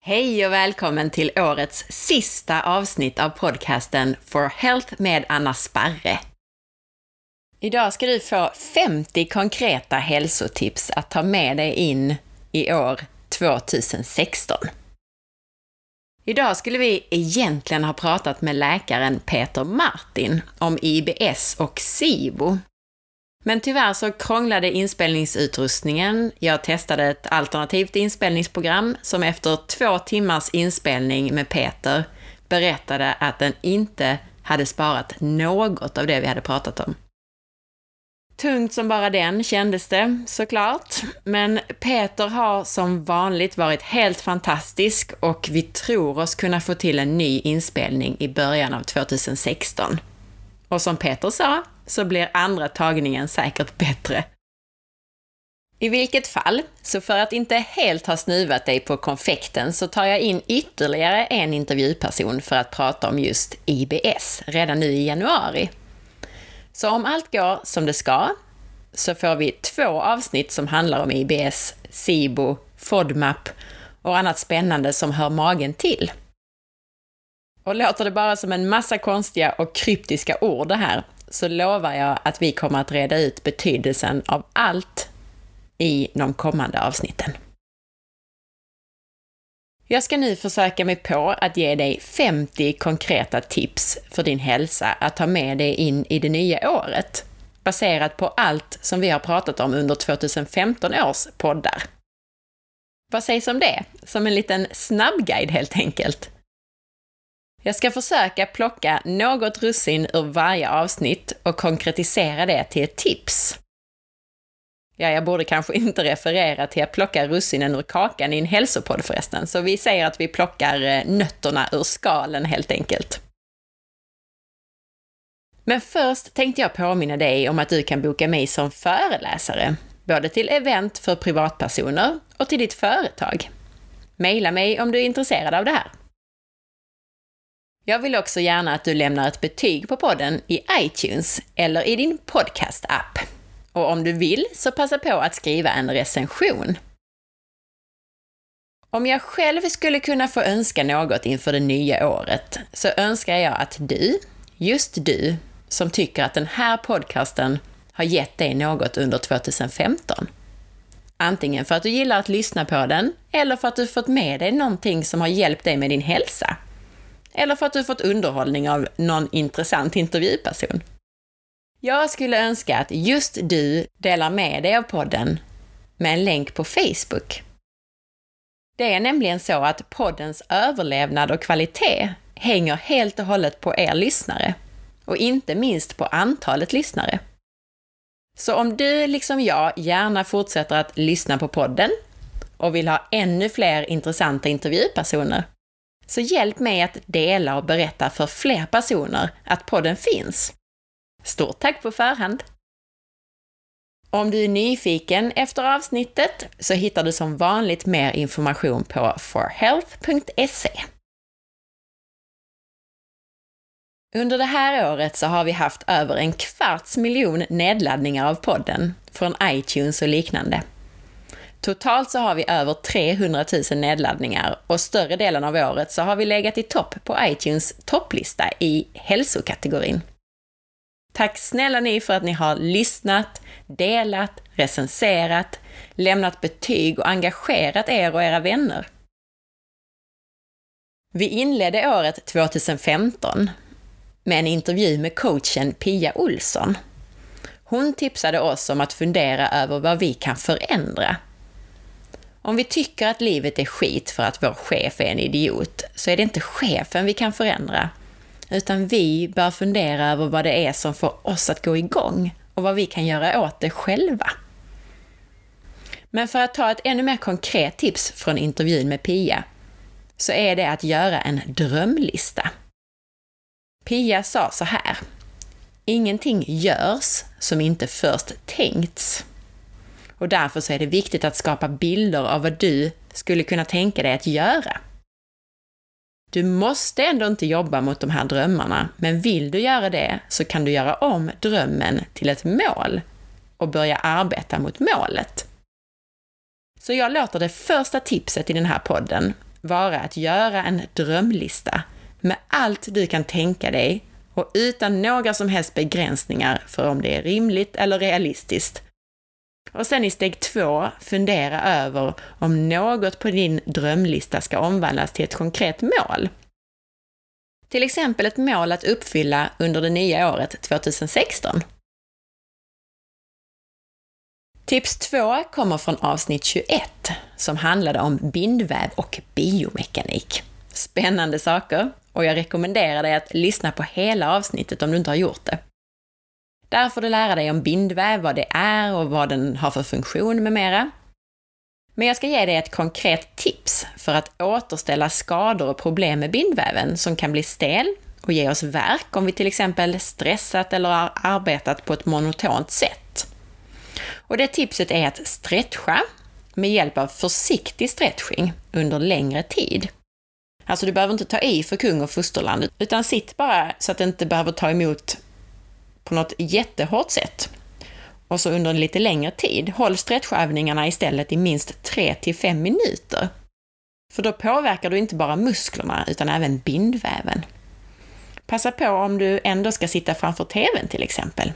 Hej och välkommen till årets sista avsnitt av podcasten For Health med Anna Sparre. Idag ska du få 50 konkreta hälsotips att ta med dig in i år 2016. Idag skulle vi egentligen ha pratat med läkaren Peter Martin om IBS och SIBO. Men tyvärr så krånglade inspelningsutrustningen. Jag testade ett alternativt inspelningsprogram som efter 2 timmars inspelning med Peter berättade att den inte hade sparat något av det vi hade pratat om. Tungt som bara den kändes det, såklart. Men Peter har som vanligt varit helt fantastisk och vi tror oss kunna få till en ny inspelning i början av 2016. Och som Peter sa, så blir andra tagningen säkert bättre. I vilket fall, så för att inte helt ha snuvat dig på konfekten så tar jag in ytterligare en intervjuperson för att prata om just IBS redan nu i januari. Så om allt går som det ska så får vi 2 avsnitt som handlar om IBS, SIBO, FODMAP och annat spännande som hör magen till. Och låter det bara som en massa konstiga och kryptiska ord det här, så lovar jag att vi kommer att reda ut betydelsen av allt i de kommande avsnitten. Jag ska nu försöka mig på att ge dig 50 konkreta tips för din hälsa att ta med dig in i det nya året, baserat på allt som vi har pratat om under 2015 års poddar. Vad sägs om det? Som en liten snabbguide helt enkelt. Jag ska försöka plocka något russin ur varje avsnitt och konkretisera det till ett tips. Ja, jag borde kanske inte referera till att plocka russinen ur kakan i en hälsopodd förresten, så vi säger att vi plockar nötterna ur skalen helt enkelt. Men först tänkte jag påminna dig om att du kan boka mig som föreläsare, både till event för privatpersoner och till ditt företag. Maila mig om du är intresserad av det här. Jag vill också gärna att du lämnar ett betyg på podden i iTunes eller i din podcast-app. Och om du vill så passa på att skriva en recension. Om jag själv skulle kunna få önska något inför det nya året så önskar jag att du, just du, som tycker att den här podcasten har gett dig något under 2015. Antingen för att du gillar att lyssna på den eller för att du fått med dig någonting som har hjälpt dig med din hälsa. Eller för att du fått underhållning av någon intressant intervjuperson. Jag skulle önska att just du delar med dig av podden med en länk på Facebook. Det är nämligen så att poddens överlevnad och kvalitet hänger helt och hållet på er lyssnare. Och inte minst på antalet lyssnare. Så om du liksom jag gärna fortsätter att lyssna på podden och vill ha ännu fler intressanta intervjupersoner, så hjälp mig att dela och berätta för fler personer att podden finns. Stort tack på förhand! Om du är nyfiken efter avsnittet så hittar du som vanligt mer information på forhealth.se. Under det här året så har vi haft över 250 000 nedladdningar av podden från iTunes och liknande. Totalt så har vi över 300 000 nedladdningar och större delen av året så har vi legat i topp på iTunes topplista i hälsokategorin. Tack snälla ni för att ni har lyssnat, delat, recenserat, lämnat betyg och engagerat er och era vänner. Vi inledde året 2015 med en intervju med coachen Pia Olsson. Hon tipsade oss om att fundera över vad vi kan förändra. Om vi tycker att livet är skit för att vår chef är en idiot så är det inte chefen vi kan förändra, utan vi bör fundera över vad det är som får oss att gå igång och vad vi kan göra åt det själva. Men för att ta ett ännu mer konkret tips från intervjun med Pia så är det att göra en drömlista. Pia sa så här: ingenting görs som inte först tänkts. Och därför så är det viktigt att skapa bilder av vad du skulle kunna tänka dig att göra. Du måste ändå inte jobba mot de här drömmarna, men vill du göra det så kan du göra om drömmen till ett mål och börja arbeta mot målet. Så jag låter det första tipset i den här podden vara att göra en drömlista med allt du kan tänka dig och utan några som helst begränsningar för om det är rimligt eller realistiskt. Och sen i steg 2 fundera över om något på din drömlista ska omvandlas till ett konkret mål. Till exempel ett mål att uppfylla under det nya året 2016. Tips 2 kommer från avsnitt 21 som handlade om bindväv och biomekanik. Spännande saker och jag rekommenderar dig att lyssna på hela avsnittet om du inte har gjort det. Där får du lära dig om bindväv, vad det är och vad den har för funktion med mera. Men jag ska ge dig ett konkret tips för att återställa skador och problem med bindväven som kan bli stel och ge oss värk om vi till exempel stressat eller har arbetat på ett monotont sätt. Och det tipset är att stretcha med hjälp av försiktig stretching under längre tid. Alltså du behöver inte ta i för kung och fosterland utan sitt bara så att det inte behöver ta emot på något jättehårt sätt. Och så under en lite längre tid, håll stretchövningarna istället i minst 3-5 minuter. För då påverkar du inte bara musklerna utan även bindväven. Passa på om du ändå ska sitta framför tvn till exempel.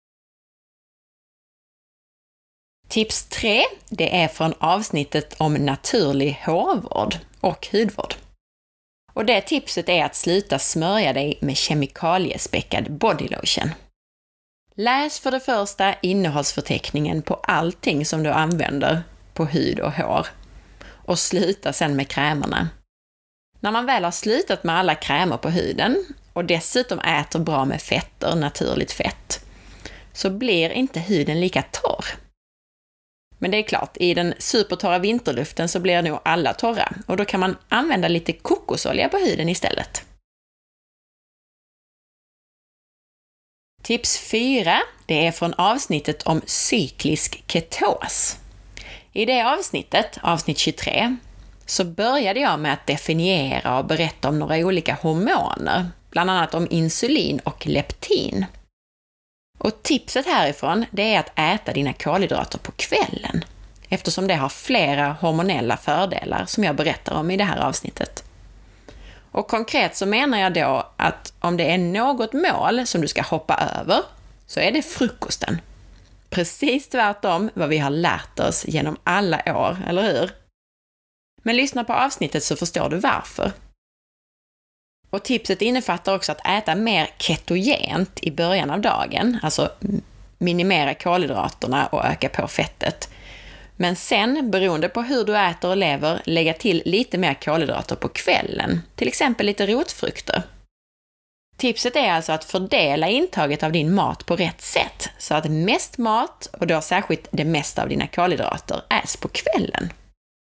Tips 3, det är från avsnittet om naturlig hårvård och hudvård. Och det tipset är att sluta smörja dig med kemikaliespäckad bodylotion. Läs för det första innehållsförteckningen på allting som du använder på hud och hår. Och sluta sen med krämerna. När man väl har slutat med alla krämer på huden och dessutom äter bra med fetter, naturligt fett, så blir inte huden lika torr. Men det är klart, i den supertorra vinterluften så blir nog alla torra och då kan man använda lite kokosolja på huden istället. Tips 4, det är från avsnittet om cyklisk ketos. I det avsnittet, avsnitt 23, så började jag med att definiera och berätta om några olika hormoner, bland annat om insulin och leptin. Och tipset härifrån, det är att äta dina kolhydrater på kvällen, eftersom det har flera hormonella fördelar som jag berättar om i det här avsnittet. Och konkret så menar jag då att om det är något mål som du ska hoppa över så är det frukosten. Precis tvärtom vad vi har lärt oss genom alla år, eller hur? Men lyssna på avsnittet så förstår du varför. Och tipset innefattar också att äta mer ketogent i början av dagen, alltså minimera kolhydraterna och öka på fettet. Men sen, beroende på hur du äter och lever, lägga till lite mer kolhydrater på kvällen, till exempel lite rotfrukter. Tipset är alltså att fördela intaget av din mat på rätt sätt, så att mest mat, och då särskilt det mesta av dina kolhydrater, äts på kvällen.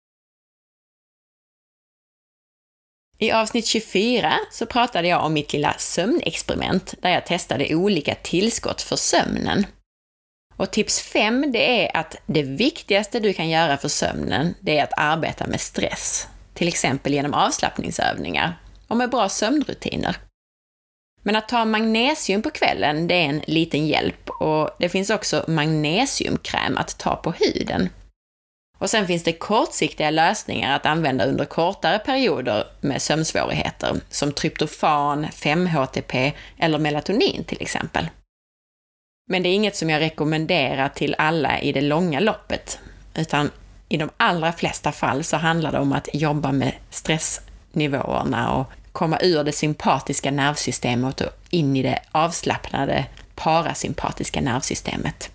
I avsnitt 24 så pratade jag om mitt lilla sömnexperiment där jag testade olika tillskott för sömnen. Och tips 5, det är att det viktigaste du kan göra för sömnen, det är att arbeta med stress. Till exempel genom avslappningsövningar och med bra sömnrutiner. Men att ta magnesium på kvällen, det är en liten hjälp och det finns också magnesiumkräm att ta på huden. Och sen finns det kortsiktiga lösningar att använda under kortare perioder med sömnsvårigheter, som tryptofan, 5-HTP eller melatonin till exempel. Men det är inget som jag rekommenderar till alla i det långa loppet, utan i de allra flesta fall så handlar det om att jobba med stressnivåerna och komma ur det sympatiska nervsystemet och in i det avslappnade parasympatiska nervsystemet.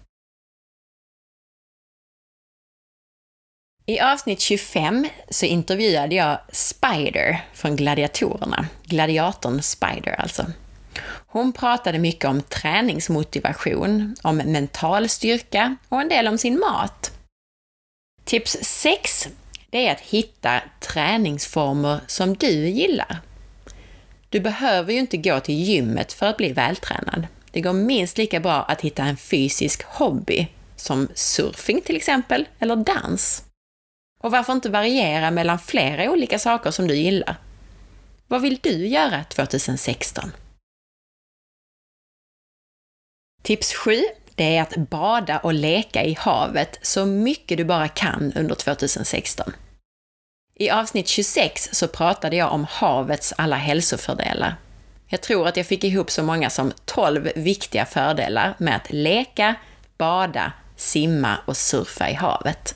I avsnitt 25 så intervjuade jag Spider från Gladiatorerna, gladiatorn Spider alltså. Hon pratade mycket om träningsmotivation, om mental styrka och en del om sin mat. Tips 6, det är att hitta träningsformer som du gillar. Du behöver ju inte gå till gymmet för att bli vältränad. Det går minst lika bra att hitta en fysisk hobby, som surfing till exempel, eller dans. Och varför inte variera mellan flera olika saker som du gillar? Vad vill du göra 2016? Tips 7, det är att bada och leka i havet så mycket du bara kan under 2016. I avsnitt 26 så pratade jag om havets alla hälsofördelar. Jag tror att jag fick ihop så många som 12 viktiga fördelar med att leka, bada, simma och surfa i havet.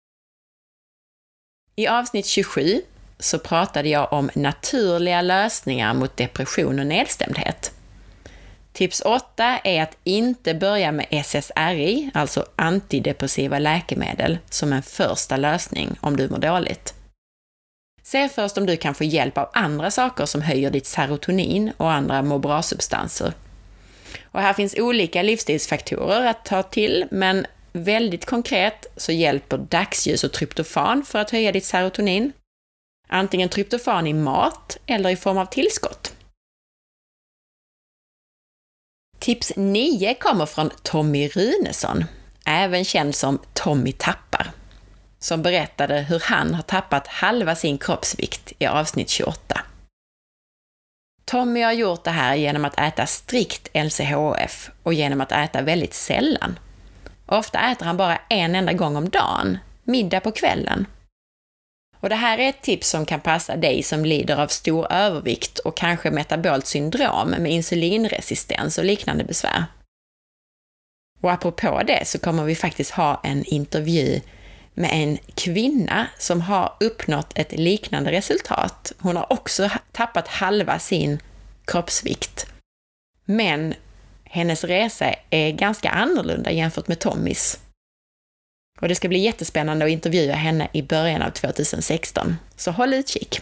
I avsnitt 27 så pratade jag om naturliga lösningar mot depression och nedstämdhet. Tips 8 är att inte börja med SSRI, alltså antidepressiva läkemedel, som en första lösning om du mår dåligt. Se först om du kan få hjälp av andra saker som höjer ditt serotonin och andra må bra-substanser. Och här finns olika livsstilsfaktorer att ta till, men väldigt konkret så hjälper dagsljus och tryptofan för att höja ditt serotonin. Antingen tryptofan i mat eller i form av tillskott. Tips 9 kommer från Tommy Runesson, även känd som Tommy Tappar, som berättade hur han har tappat halva sin kroppsvikt i avsnitt 28. Tommy har gjort det här genom att äta strikt LCHF och genom att äta väldigt sällan. Ofta äter han bara en enda gång om dagen, middag på kvällen. Och det här är ett tips som kan passa dig som lider av stor övervikt och kanske metabolt syndrom med insulinresistens och liknande besvär. Och apropå det så kommer vi faktiskt ha en intervju med en kvinna som har uppnått ett liknande resultat. Hon har också tappat halva sin kroppsvikt. Men hennes resa är ganska annorlunda jämfört med Tommys. Och det ska bli jättespännande att intervjua henne i början av 2016. Så håll utkik.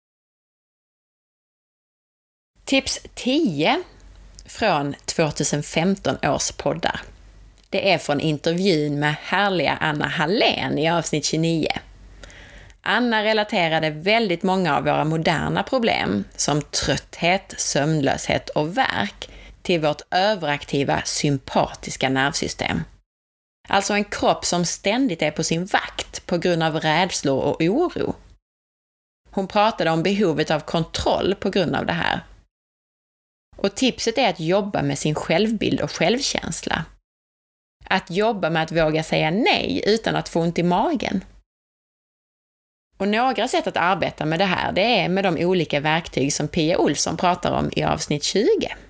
Tips 10 från 2015 års poddar. Det är från intervjun med härliga Anna Hallén i avsnitt 29. Anna relaterade väldigt många av våra moderna problem som trötthet, sömnlöshet och värk till vårt överaktiva sympatiska nervsystem. Alltså en kropp som ständigt är på sin vakt på grund av rädslor och oro. Hon pratade om behovet av kontroll på grund av det här. Och tipset är att jobba med sin självbild och självkänsla. Att jobba med att våga säga nej utan att få ont i magen. Och några sätt att arbeta med det här, det är med de olika verktyg som Pia Olsson pratar om i avsnitt 20.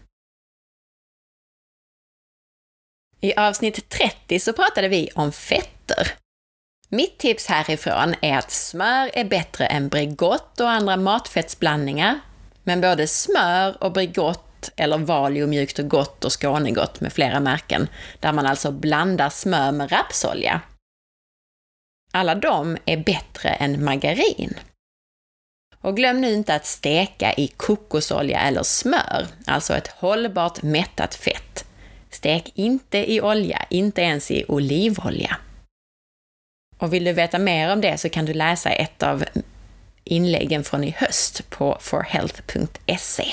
I avsnitt 30 så pratade vi om fetter. Mitt tips härifrån är att smör är bättre än Bregott och andra matfettsblandningar, men både smör och Bregott eller Valio mjukt och gott och Skånegott med flera märken, där man alltså blandar smör med rapsolja. Alla de är bättre än margarin. Och glöm nu inte att steka i kokosolja eller smör, alltså ett hållbart mättat fett. Stek inte i olja, inte ens i olivolja. Och vill du veta mer om det så kan du läsa ett av inläggen från i höst på forhealth.se.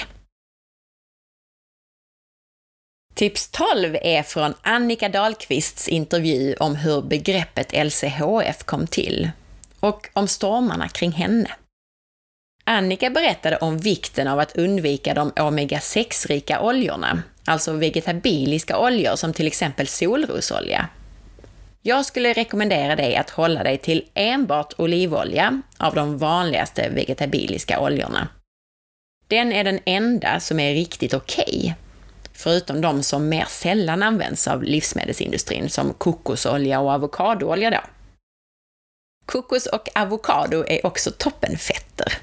Tips 12 är från Annika Dahlqvists intervju om hur begreppet LCHF kom till och om stormarna kring henne. Annika berättade om vikten av att undvika de omega-6-rika oljorna, alltså vegetabiliska oljor som till exempel solrosolja. Jag skulle rekommendera dig att hålla dig till enbart olivolja av de vanligaste vegetabiliska oljorna. Den är den enda som är riktigt okej, förutom de som mer sällan används av livsmedelsindustrin som kokosolja och avokadoolja då. Kokos och avokado är också toppenfetter.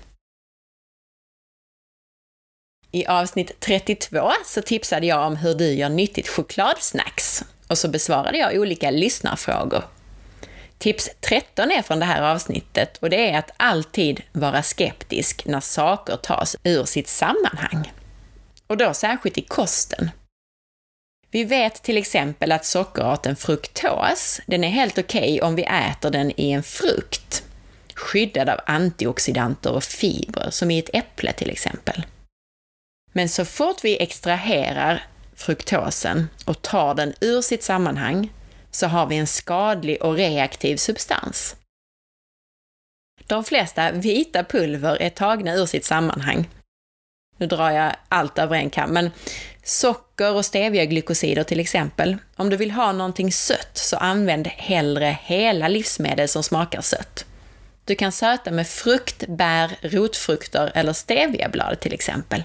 I avsnitt 32 så tipsade jag om hur du gör nyttigt chokladsnacks och så besvarade jag olika lyssnarfrågor. Tips 13 är från det här avsnittet och det är att alltid vara skeptisk när saker tas ur sitt sammanhang. Och då särskilt i kosten. Vi vet till exempel att sockerarten fruktos, den är helt okej om vi äter den i en frukt, skyddad av antioxidanter och fibrer som i ett äpple till exempel. Men så fort vi extraherar fruktosen och tar den ur sitt sammanhang så har vi en skadlig och reaktiv substans. De flesta vita pulver är tagna ur sitt sammanhang. Nu drar jag allt över en kam, men socker och stevia-glykosider till exempel. Om du vill ha någonting sött så använd hellre hela livsmedel som smakar sött. Du kan söta med frukt, bär, rotfrukter eller steviablad till exempel.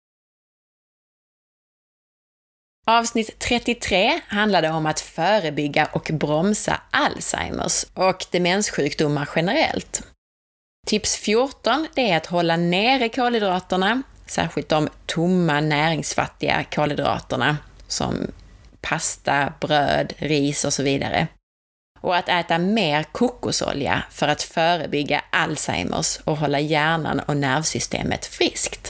Avsnitt 33 handlade om att förebygga och bromsa Alzheimers och demenssjukdomar generellt. Tips 14 det är att hålla nere kolhydraterna, särskilt de tomma näringsfattiga kolhydraterna som pasta, bröd, ris och så vidare. Och att äta mer kokosolja för att förebygga Alzheimers och hålla hjärnan och nervsystemet friskt.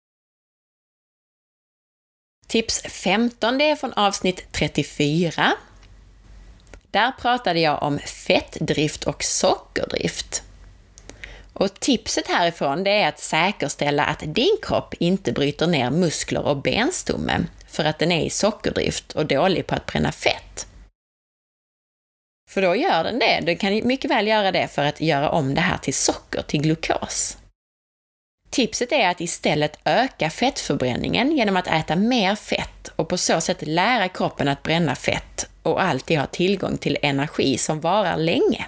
Tips 15 det är från avsnitt 34. Där pratade jag om fettdrift och sockerdrift. Och tipset härifrån det är att säkerställa att din kropp inte bryter ner muskler och benstomme för att den är i sockerdrift och dålig på att bränna fett. För då gör den det. Den kan mycket väl göra det för att göra om det här till socker, till glukos. Tipset är att istället öka fettförbränningen genom att äta mer fett och på så sätt lära kroppen att bränna fett och alltid ha tillgång till energi som varar länge.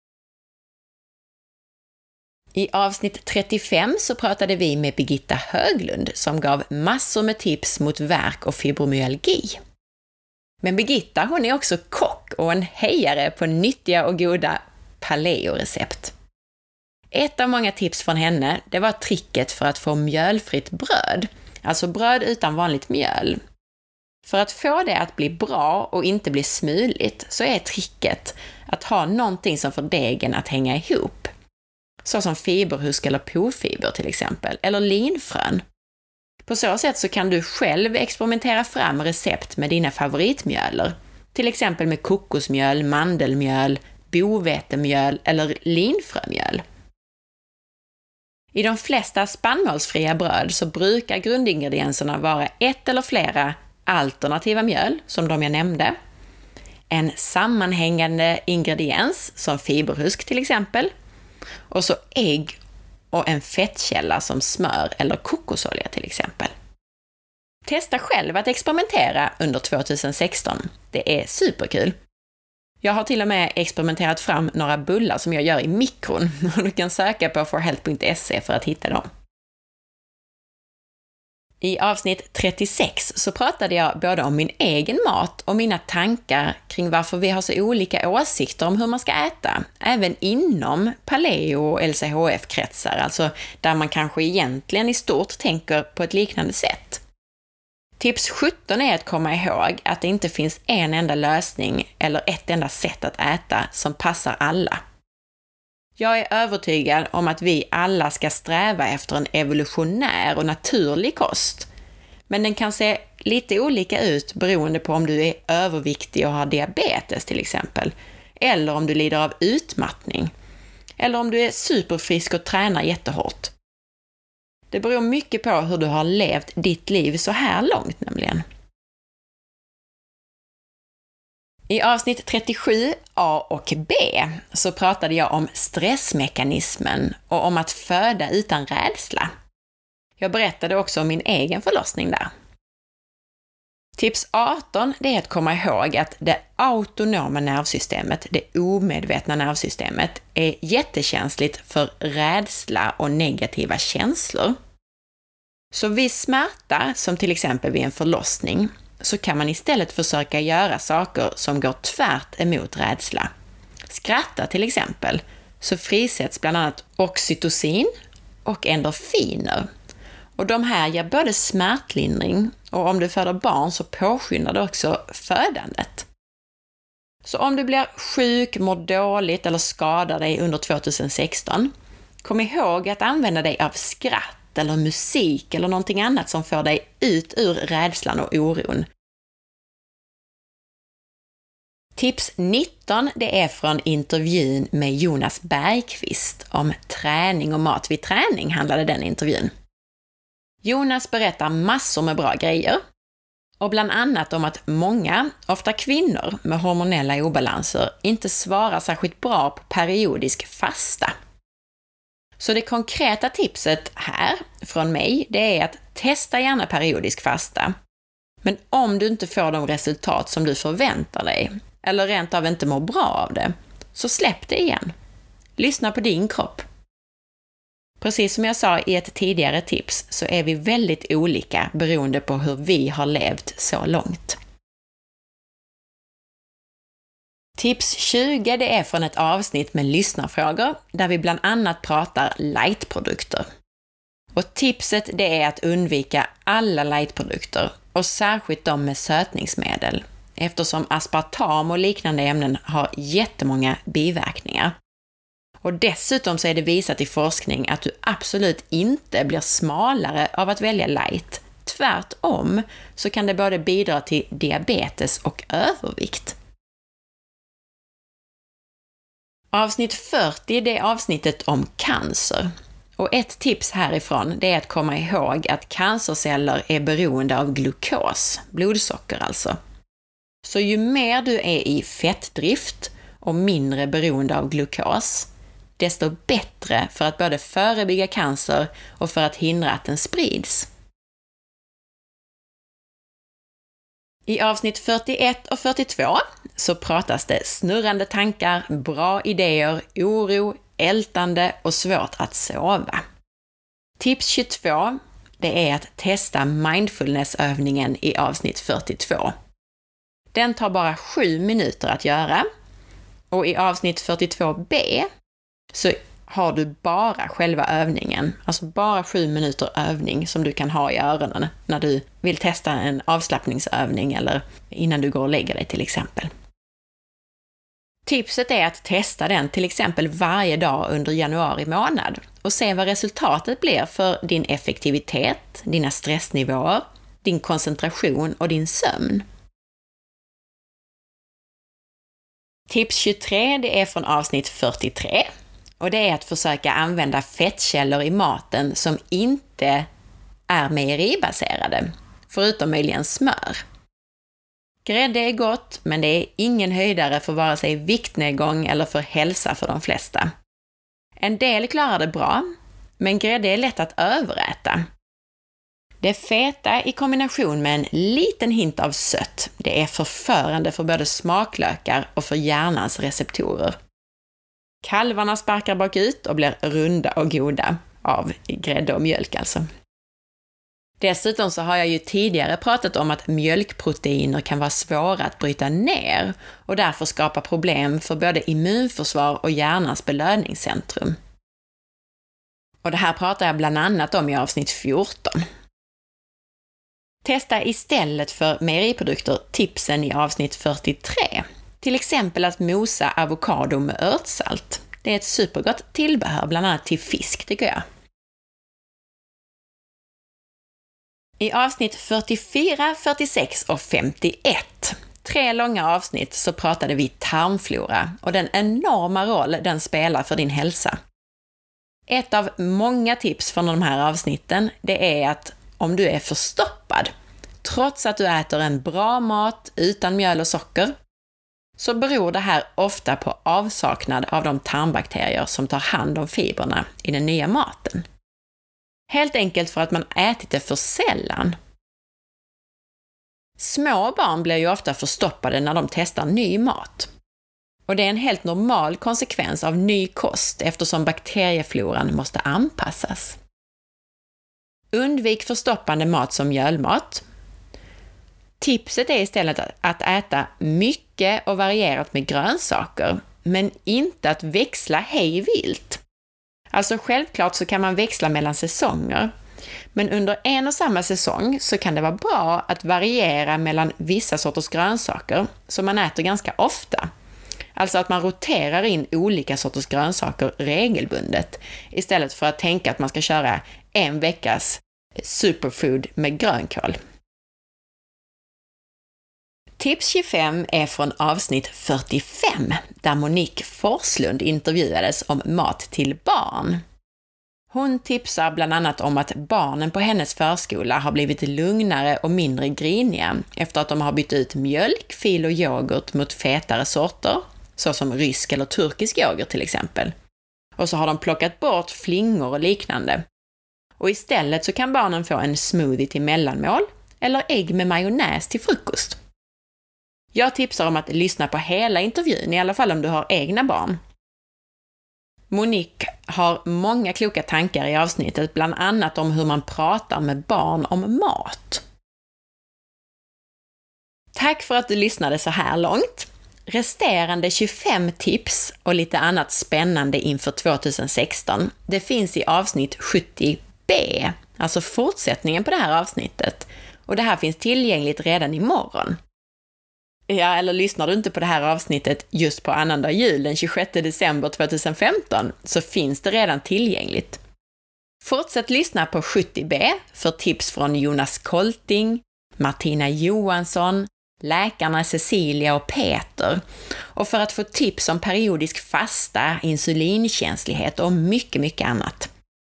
I avsnitt 35 så pratade vi med Birgitta Höglund som gav massor med tips mot värk och fibromyalgi. Men Birgitta hon är också kock och en hejare på nyttiga och goda paleo-recept. Ett av många tips från henne det var tricket för att få mjölfritt bröd, alltså bröd utan vanligt mjöl. För att få det att bli bra och inte bli smuligt så är tricket att ha någonting som får degen att hänga ihop. Så som fiberhusk eller pofiber till exempel, eller linfrön. På så sätt så kan du själv experimentera fram recept med dina favoritmjöler. Till exempel med kokosmjöl, mandelmjöl, bovetemjöl eller linfrömjöl. I de flesta spannmålsfria bröd så brukar grundingredienserna vara ett eller flera alternativa mjöl, som de jag nämnde. En sammanhängande ingrediens, som fiberhusk till exempel. Och så ägg och en fettkälla som smör eller kokosolja till exempel. Testa själv att experimentera under 2016. Det är superkul. Jag har till och med experimenterat fram några bullar som jag gör i mikron och du kan söka på forhealth.se för att hitta dem. I avsnitt 36 så pratade jag både om min egen mat och mina tankar kring varför vi har så olika åsikter om hur man ska äta, även inom paleo- och LCHF-kretsar, alltså där man kanske egentligen i stort tänker på ett liknande sätt. Tips 17 är att komma ihåg att det inte finns en enda lösning eller ett enda sätt att äta som passar alla. Jag är övertygad om att vi alla ska sträva efter en evolutionär och naturlig kost. Men den kan se lite olika ut beroende på om du är överviktig och har diabetes till exempel. Eller om du lider av utmattning. Eller om du är superfrisk och tränar jättehårt. Det beror mycket på hur du har levt ditt liv så här långt nämligen. I avsnitt 37 A och B så pratade jag om stressmekanismen och om att föda utan rädsla. Jag berättade också om min egen förlossning där. Tips 18 det är att komma ihåg att det autonoma nervsystemet, det omedvetna nervsystemet, är jättekänsligt för rädsla och negativa känslor. Så vid smärta, som till exempel vid en förlossning, så kan man istället försöka göra saker som går tvärt emot rädsla. Skratta till exempel, så frisätts bland annat oxytocin och endorfiner. Och de här ger både smärtlindring och om du föder barn så påskyndar det också födandet. Så om du blir sjuk, mår dåligt eller skadar dig under 2016, kom ihåg att använda dig av skratt eller musik eller någonting annat som får dig ut ur rädslan och oron. Tips 19 det är från intervjun med Jonas Bergqvist om träning och mat vid träning handlade den intervjun. Jonas berättar massor med bra grejer och bland annat om att många, ofta kvinnor med hormonella obalanser, inte svarar särskilt bra på periodisk fasta. Så det konkreta tipset här från mig det är att testa gärna periodisk fasta. Men om du inte får de resultat som du förväntar dig eller rent av inte mår bra av det, så släpp det igen. Lyssna på din kropp. Precis som jag sa i ett tidigare tips så är vi väldigt olika beroende på hur vi har levt så långt. Tips 20 det är från ett avsnitt med lyssnarfrågor där vi bland annat pratar lightprodukter. Och tipset det är att undvika alla lightprodukter och särskilt de med sötningsmedel eftersom aspartam och liknande ämnen har jättemånga biverkningar. Och dessutom så är det visat i forskning att du absolut inte blir smalare av att välja light. Tvärtom så kan det både bidra till diabetes och övervikt. Avsnitt 40 det är avsnittet om cancer. Och ett tips härifrån det är att komma ihåg att cancerceller är beroende av glukos, blodsocker alltså. Så ju mer du är i fettdrift och mindre beroende av glukos, desto bättre för att både förebygga cancer och för att hindra att den sprids. I avsnitt 41 och 42 så pratas det snurrande tankar, bra idéer, oro, ältande och svårt att sova. Tips 22 det är att testa mindfulnessövningen i avsnitt 42. Den tar bara 7 minuter att göra och i avsnitt 42b så har du bara själva övningen, alltså bara 7 minuter övning som du kan ha i öronen när du vill testa en avslappningsövning eller innan du går och lägger dig till exempel. Tipset är att testa den till exempel varje dag under januari månad och se vad resultatet blir för din effektivitet, dina stressnivåer, din koncentration och din sömn. Tips 23 det är från avsnitt 43 och det är att försöka använda fettkällor i maten som inte är mejeribaserade, förutom möjligen smör. Grädde är gott, men det är ingen höjdare för vare sig viktnedgång eller för hälsa för de flesta. En del klarar det bra, men grädde är lätt att överäta. Det feta i kombination med en liten hint av sött, det är förförande för både smaklökar och för hjärnans receptorer. Kalvarna sparkar bakut och blir runda och goda av grädde och mjölk alltså. Dessutom så har jag ju tidigare pratat om att mjölkproteiner kan vara svåra att bryta ner och därför skapa problem för både immunförsvar och hjärnans belöningscentrum. Och det här pratar jag bland annat om i avsnitt 14. Testa istället för mejeriprodukter tipsen i avsnitt 43. Till exempel att mosa avokado med örtsalt. Det är ett supergott tillbehör bland annat till fisk tycker jag. I avsnitt 44, 46 och 51, 3 långa avsnitt, så pratade vi tarmflora och den enorma roll den spelar för din hälsa. Ett av många tips från de här avsnitten, det är att om du är förstoppad, trots att du äter en bra mat utan mjöl och socker, så beror det här ofta på avsaknad av de tarmbakterier som tar hand om fibrerna i den nya maten. Helt enkelt för att man ätit det för sällan. Små barn blir ju ofta förstoppade när de testar ny mat. Och det är en helt normal konsekvens av ny kost eftersom bakteriefloran måste anpassas. Undvik förstoppande mat som mjölmat. Tipset är istället att äta mycket och varierat med grönsaker, men inte att växla hej vilt. Alltså självklart så kan man växla mellan säsonger, men under en och samma säsong så kan det vara bra att variera mellan vissa sorters grönsaker som man äter ganska ofta. Alltså att man roterar in olika sorters grönsaker regelbundet istället för att tänka att man ska köra en veckas superfood med grönkål. Tips 25 är från avsnitt 45 där Monique Forslund intervjuades om mat till barn. Hon tipsar bland annat om att barnen på hennes förskola har blivit lugnare och mindre griniga efter att de har bytt ut mjölk, fil och yoghurt mot fetare sorter, såsom rysk eller turkisk yoghurt till exempel. Och så har de plockat bort flingor och liknande. Och istället så kan barnen få en smoothie till mellanmål eller ägg med majonnäs till frukost. Jag tipsar om att lyssna på hela intervjun, i alla fall om du har egna barn. Monique har många kloka tankar i avsnittet, bland annat om hur man pratar med barn om mat. Tack för att du lyssnade så här långt. Resterande 25 tips och lite annat spännande inför 2016, det finns i avsnitt 70b, alltså fortsättningen på det här avsnittet. Och det här finns tillgängligt redan imorgon. Ja, eller lyssnar du inte på det här avsnittet just på annandag jul den 26 december 2015 så finns det redan tillgängligt. Fortsätt lyssna på 70b för tips från Jonas Kolting, Martina Johansson, läkarna Cecilia och Peter och för att få tips om periodisk fasta, insulinkänslighet och mycket, mycket annat.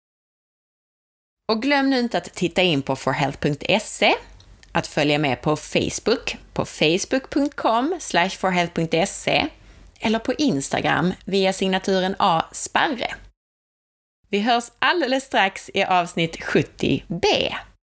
Och glöm nu inte att titta in på forhealth.se, att följa med på Facebook på facebook.com/forhealth.se eller på Instagram via signaturen A.Sparre. Vi hörs alldeles strax i avsnitt 70b.